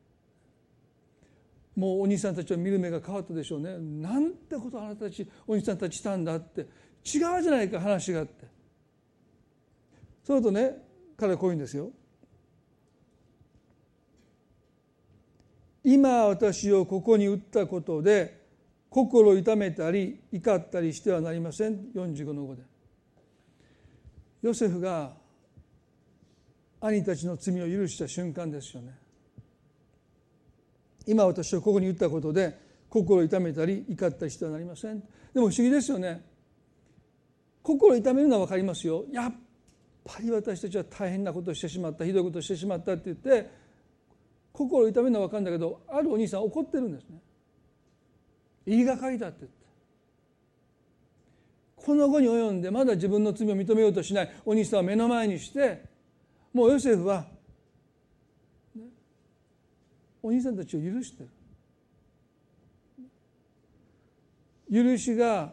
もうお兄さんたちを見る目が変わったでしょうね。なんてことあなたたちお兄さんたちしたんだって、違うじゃないか話があって、そのとね彼はこう言うんですよ。今私をここに打ったことで心を痛めたり怒ったりしてはなりません。よんじゅうごのごでヨセフが兄たちの罪を許した瞬間ですよね。今私をここに打ったことで心を痛めたり怒ったりしてはなりません。でも不思議ですよね。心を痛めるのは分かりますよ。やっぱり私たちは大変なことをしてしまった、ひどいことをしてしまったって言って心を痛めるのは分かるんだけど、あるお兄さん怒ってるんですね。言いがかりだって言って、この後に及んでまだ自分の罪を認めようとしないお兄さんを目の前にして、もうヨセフはお兄さんたちを許してる。許しが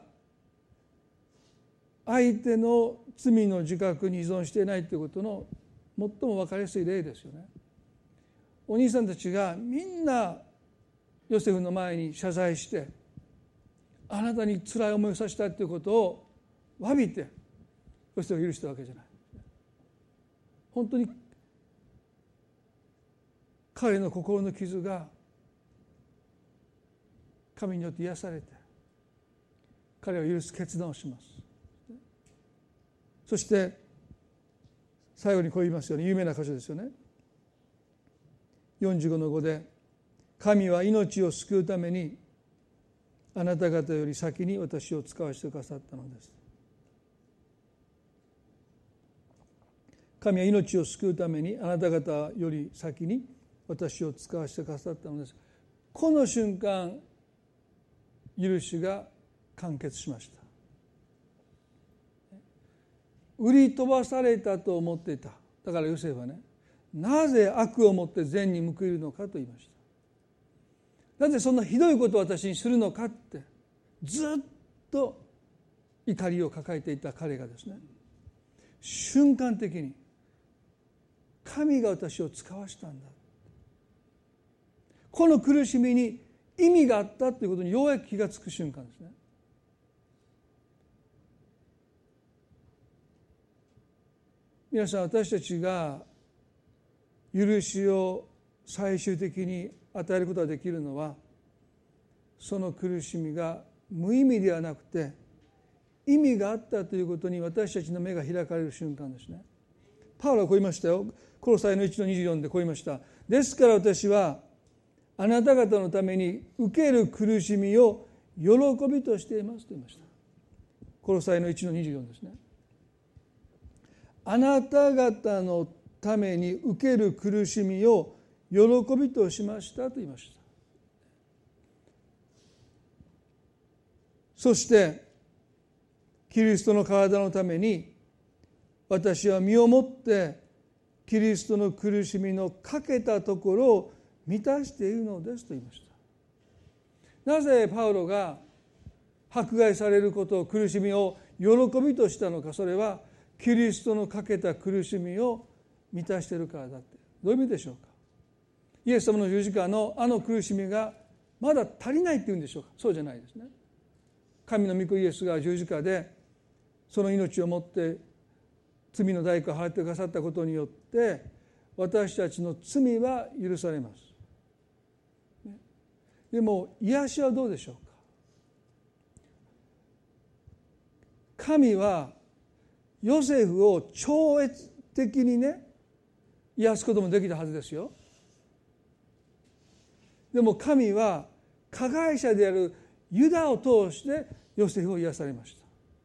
相手の罪の自覚に依存していないということの最も分かりやすい例ですよね。お兄さんたちがみんなヨセフの前に謝罪して、あなたに辛い思いをさせたということを詫びてヨセフを許したわけじゃない。本当に彼の心の傷が神によって癒されて、彼を許す決断をします。そして最後にこう言いますよね。有名な箇所ですよね。よんじゅうごのごで、神は命を救うためにあなた方より先に私を使わせてくださったのです。神は命を救うためにあなた方より先に私を使わせてくださったのです。この瞬間許しが完結しました。売り飛ばされたと思っていた。だからヨセフはね、なぜ悪をもって善に報いるのかと言いました。なぜそんなひどいことを私にするのかって、ずっと怒りを抱えていた彼がですね、瞬間的に神が私を使わしたんだ、この苦しみに意味があったということにようやく気がつく瞬間ですね。皆さん、私たちが許しを最終的に与えることができるのは、その苦しみが無意味ではなくて意味があったということに私たちの目が開かれる瞬間ですね。パウロはこう言いましたよ。コロサイのいちのにじゅうよんでこう言いました。ですから私はあなた方のために受ける苦しみを喜びとしていますと言いました。コロサイのいちのにじゅうよんですね。あなた方のために受ける苦しみを喜びとしましたと言いました。そしてキリストの体のために私は身をもってキリストの苦しみの欠けたところを満たしているのですと言いました。なぜパウロが迫害されることを、苦しみを喜びとしたのか。それはキリストの欠けた苦しみを満たしているからだって。どういう意味でしょうか。イエス様の十字架のあの苦しみがまだ足りないっていうんでしょうか。そうじゃないですね。神の御子イエスが十字架でその命をもって罪の代価を払ってくださったことによって私たちの罪は許されます。でも癒しはどうでしょうか。神はヨセフを超越的にね癒すこともできたはずですよ。でも神は加害者であるユダを通してヨセフを癒されました。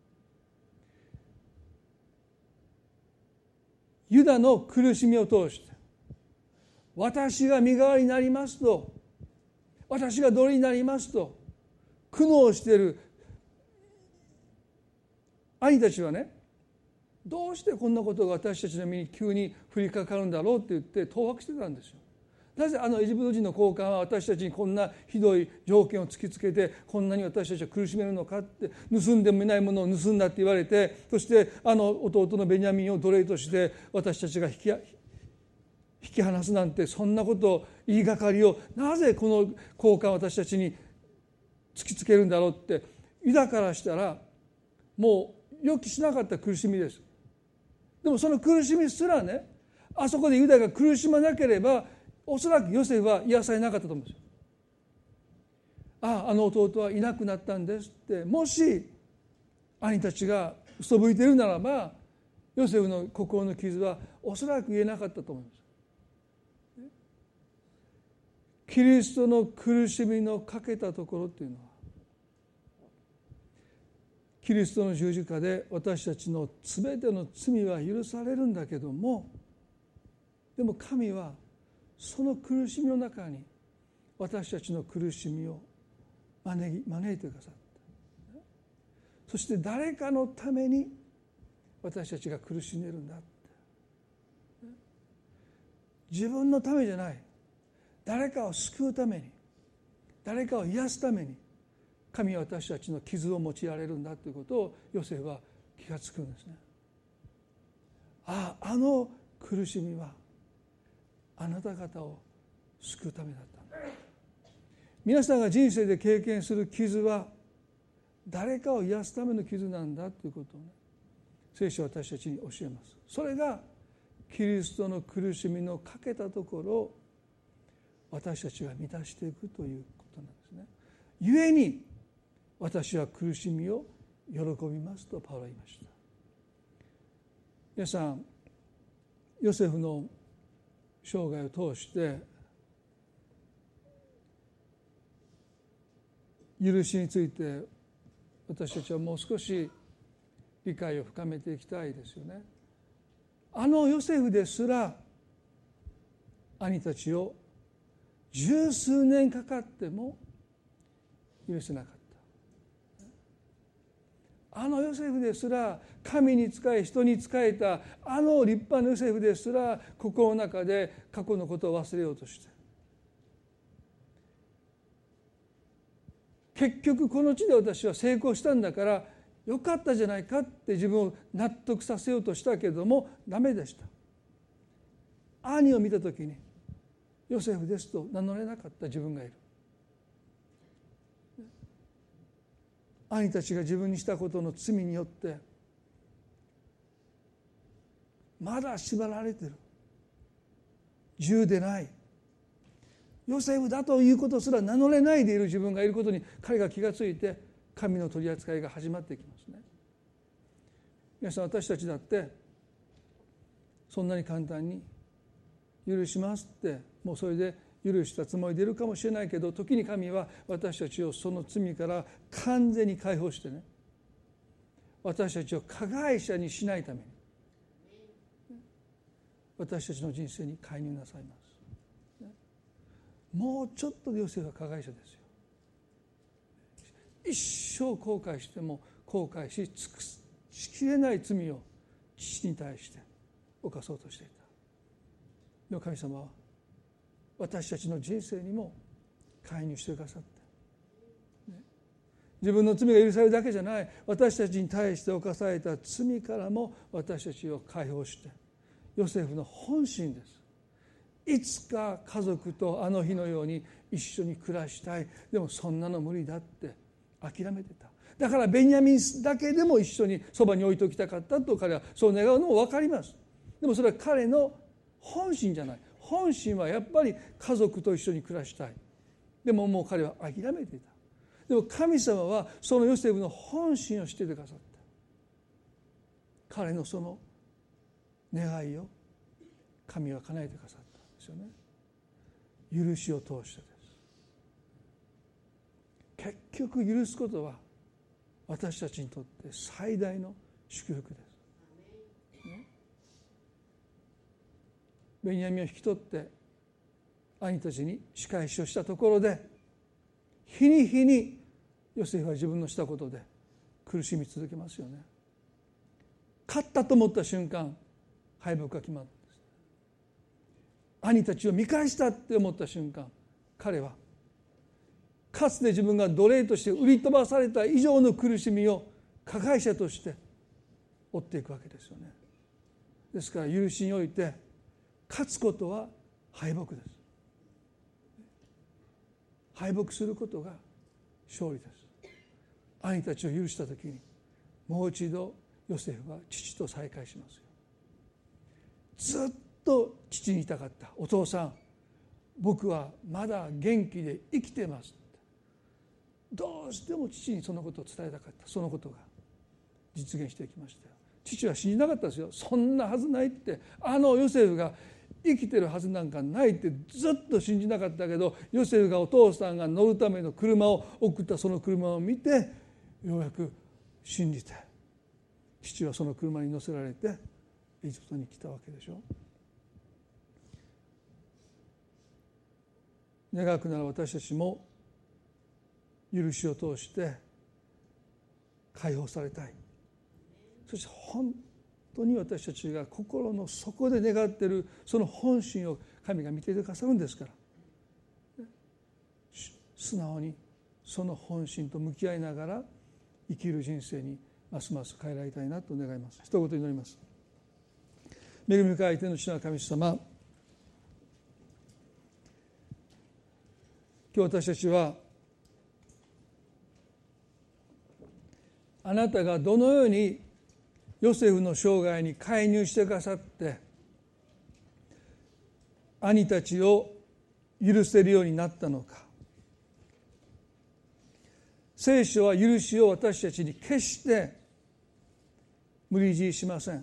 ユダの苦しみを通して、私が身代わりになりますと、私が道理になりますと苦悩している兄たちはね、どうしてこんなことが私たちの身に急に降りかかるんだろうって言って当惑してたんですよ。 なぜあのエジプト人の高官は私たちにこんなひどい条件を突きつけてこんなに私たちは苦しめるのかって、盗んでもいないものを盗んだって言われて、そしてあの弟のベニヤミンを奴隷として私たちが引き、引き離すなんて、そんなことを言いがかりをなぜこの高官は私たちに突きつけるんだろうって、ユダからしたらもう予期しなかった苦しみです。でもその苦しみすらね、あそこでユダが苦しまなければおそらくヨセフは癒されなかったと思うんですよ。ああ、あの弟はいなくなったんですって、もし兄たちが嘘吹いているならば、ヨセフの心の傷はおそらく言えなかったと思います。キリストの苦しみのかけたところっていうのは、キリストの十字架で私たちのすべての罪は許されるんだけども、でも神はその苦しみの中に私たちの苦しみを招き招いてくださった。そして誰かのために私たちが苦しんでいるんだって。自分のためじゃない、誰かを救うために、誰かを癒すために神は私たちの傷を用いられるんだということをヨセフは気がつくんですね。ああ、あの苦しみはあなた方を救うためだったんだ。皆さんが人生で経験する傷は誰かを癒すための傷なんだということをね、聖書は私たちに教えます。それがキリストの苦しみのかけたところを私たちが満たしていくということなんですね。故に私は苦しみを喜びますとパウロは言いました。皆さん、ヨセフの生涯を通して許しについて私たちはもう少し理解を深めていきたいですよね。あのヨセフですら兄たちを十数年かかっても許せなかった。あのヨセフですら神に仕え人に仕えたあの立派なヨセフですら心の中で過去のことを忘れようとして、結局この地で私は成功したんだからよかったじゃないかって自分を納得させようとしたけれどもダメでした。兄を見た時にヨセフですと名乗れなかった自分がいる。兄たちが自分にしたことの罪によってまだ縛られている、自由でない、ヨセフだということすら名乗れないでいる自分がいることに彼が気がついて、神の取り扱いが始まってきますね。皆さん、私たちだってそんなに簡単に許しますってもうそれで許したつもりでいるかもしれないけど、時に神は私たちをその罪から完全に解放してね、私たちを加害者にしないために私たちの人生に介入なさいます。もうちょっとでヨセフは加害者ですよ。一生後悔しても後悔し尽くしきれない罪を父に対して犯そうとしていた。でも神様は私たちの人生にも介入してくださって、ね、自分の罪が許されるだけじゃない、私たちに対して犯された罪からも私たちを解放して、ヨセフの本心です。いつか家族とあの日のように一緒に暮らしたい。でもそんなの無理だって諦めてた。だからベニヤミンだけでも一緒にそばに置いておきたかったと彼はそう願うのも分かります。でもそれは彼の本心じゃない。本心はやっぱり家族と一緒に暮らしたい。でももう彼は諦めていた。でも神様はそのヨセフの本心を知っていてくださった。彼のその願いを神は叶えてくださったんですよね。許しを通してです。結局許すことは私たちにとって最大の祝福です。ベニヤミンを引き取って兄たちに仕返しをしたところで、日に日にヨセフは自分のしたことで苦しみ続けますよね。勝ったと思った瞬間敗北が決まるんです。 兄たちを見返したって思った瞬間、彼はかつて自分が奴隷として売り飛ばされた以上の苦しみを加害者として負っていくわけですよね。ですから許しにおいて勝つことは敗北です。敗北することが勝利です。兄たちを許したときにもう一度ヨセフは父と再会しますよ。ずっと父にいたかった。お父さん、僕はまだ元気で生きてます。どうしても父にそのことを伝えたかった。そのことが実現していきましたよ。父は信じなかったですよ。そんなはずないって、あのヨセフが生きてるはずなんかないってずっと信じなかったけど、ヨセフがお父さんが乗るための車を送ったその車を見てようやく信じて、父はその車に乗せられてエジプトに来たわけでしょ。願くなら私たちも許しを通して解放されたい。そして本当に私たちが心の底で願っているその本心を神が見てくださるんですから、素直にその本心と向き合いながら生きる人生にますます変えられたいなと願います。一言祈ります。恵み深い天の父なる神様、今日私たちはあなたがどのようにヨセフの生涯に介入してくださって兄たちを許せるようになったのか。聖書は許しを私たちに決して無理強いしません。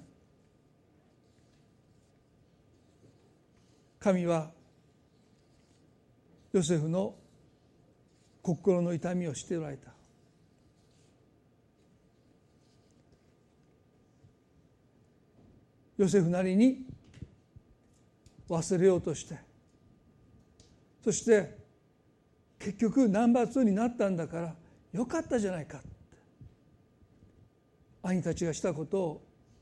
神はヨセフの心の痛みを知っておられた。ヨセフなりに忘れようとして、そして結局ナンバーツーになったんだからよかったじゃないかって兄たちがしたことを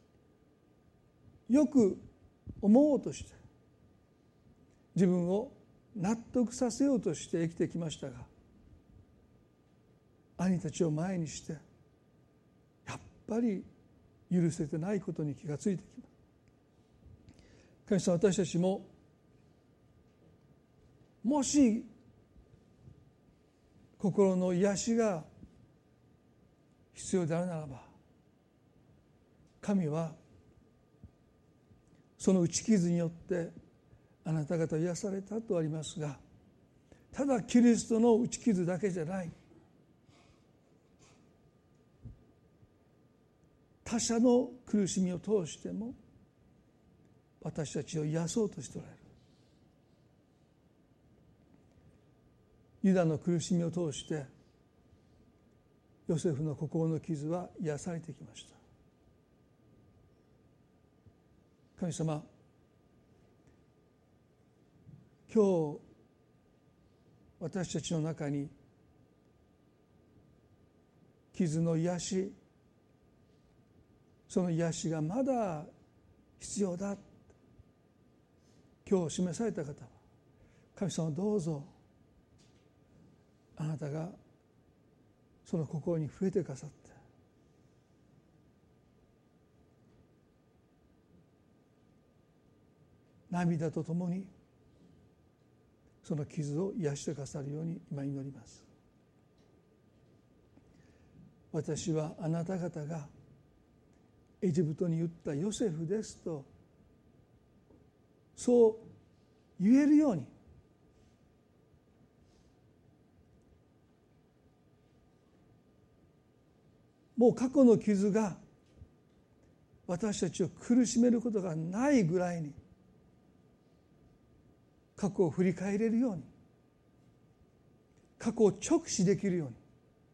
よく思おうとして自分を納得させようとして生きてきましたが、兄たちを前にしてやっぱり許せてないことに気がついてきます。神様、私たちももし心の癒しが必要であるならば、神はその打ち傷によってあなた方癒されたとありますが、ただキリストの打ち傷だけじゃない、他者の苦しみを通しても私たちを癒そうとしておられる。ユダの苦しみを通してヨセフの心の傷は癒されてきました。神様、今日私たちの中に傷の癒し、その癒しがまだ必要だ、今日示された方は神様、どうぞあなたがその心に触れてくださって、涙とともにその傷を癒してくださるように今祈ります。私はあなた方がエジプトに言ったヨセフですとそう言えるように、もう過去の傷が私たちを苦しめることがないぐらいに過去を振り返れるように、過去を直視できるように、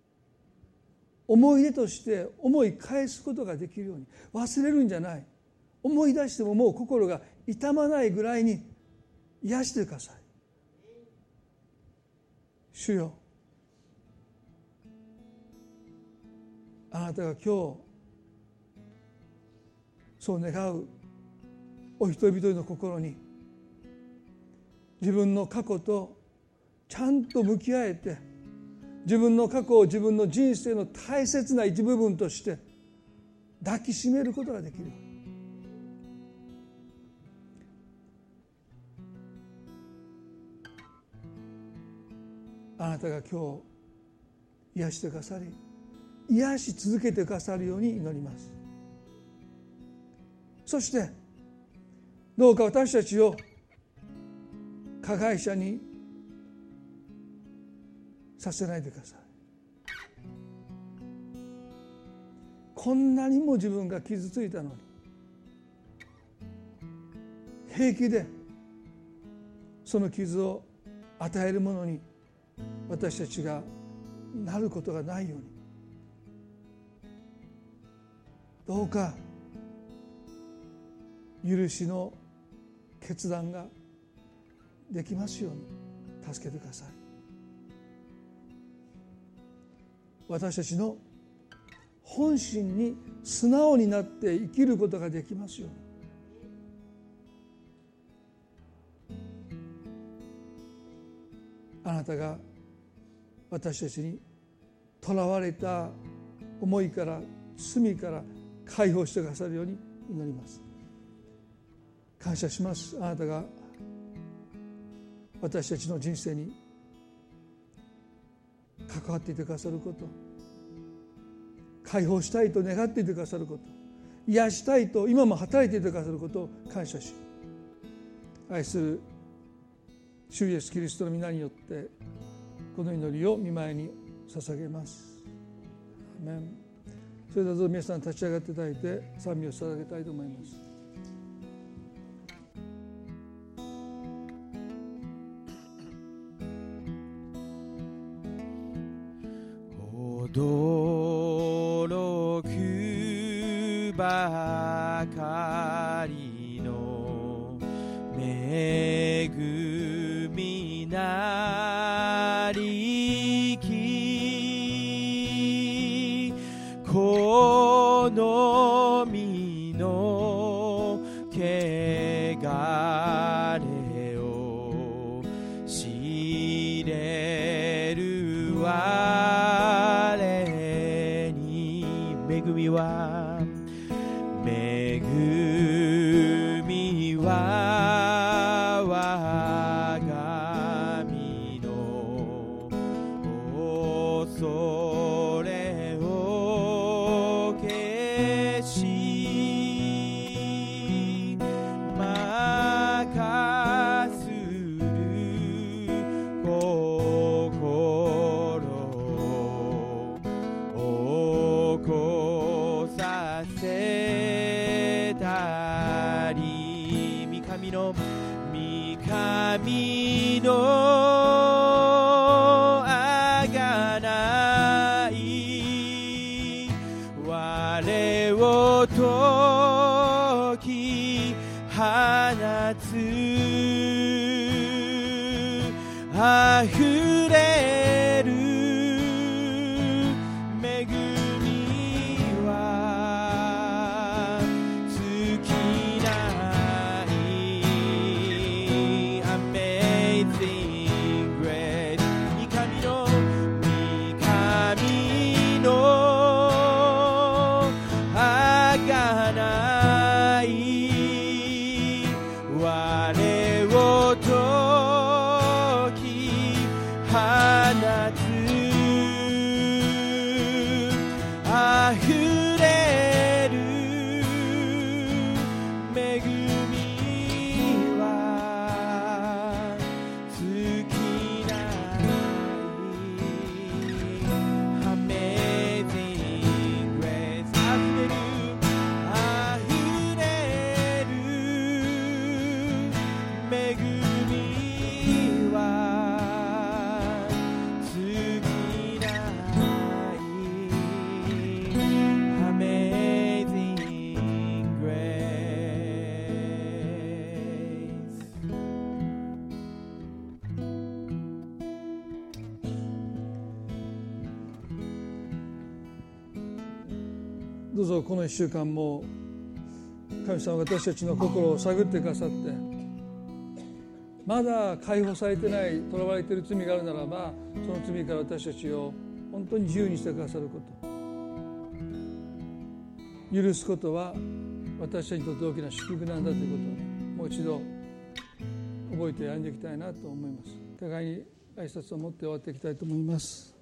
思い出として思い返すことができるように、忘れるんじゃない、思い出してももう心が痛まないぐらいに癒してください。主よ、あなたが今日そう願うお一人一人の心に自分の過去とちゃんと向き合えて、自分の過去を自分の人生の大切な一部分として抱きしめることができる。あなたが今日癒してくださり、癒し続けてくださるように祈ります。そしてどうか私たちを加害者にさせないでください。こんなにも自分が傷ついたのに、平気でその傷を与えるものに私たちがなることがないように、どうか許しの決断ができますように助けてください。私たちの本心に素直になって生きることができますように。あなたが私たちにとらわれた思いから罪から解放してくださるように祈ります。感謝します。あなたが私たちの人生に関わっていてくださること、解放したいと願っていてくださること、癒したいと今も働いていてくださることを感謝し、愛する主イエスキリストの皆によってこの祈りを御前に捧げます。アメン。それではどうぞ皆さん立ち上がっていただいて賛美を捧げたいと思います。 驚くばかりの恵みなりき、この身の汚れを知れるわれに、恵みは恵みは我が身の恐れを消し、任する心を起こさせたり、御神の御神のあがない我を解き放つ、あふれる恵みは尽きない Amazing Grace、 御神の御神のあがない我を解き放つ、あふれる恵みは尽きない Amazing Grace、 あふれるあふれる恵みは尽きない Amazing Grace。 どうぞこの一週間も神様は私たちの心を探ってくださって、 まだ解放されてない、囚われている罪があるならば、その罪から私たちを本当に自由にしてくださること、許すことは私たちにとって大きな祝福なんだということを、ね、もう一度覚えて歩んでいきたいなと思います。互いに挨拶を持って終わっていきたいと思います。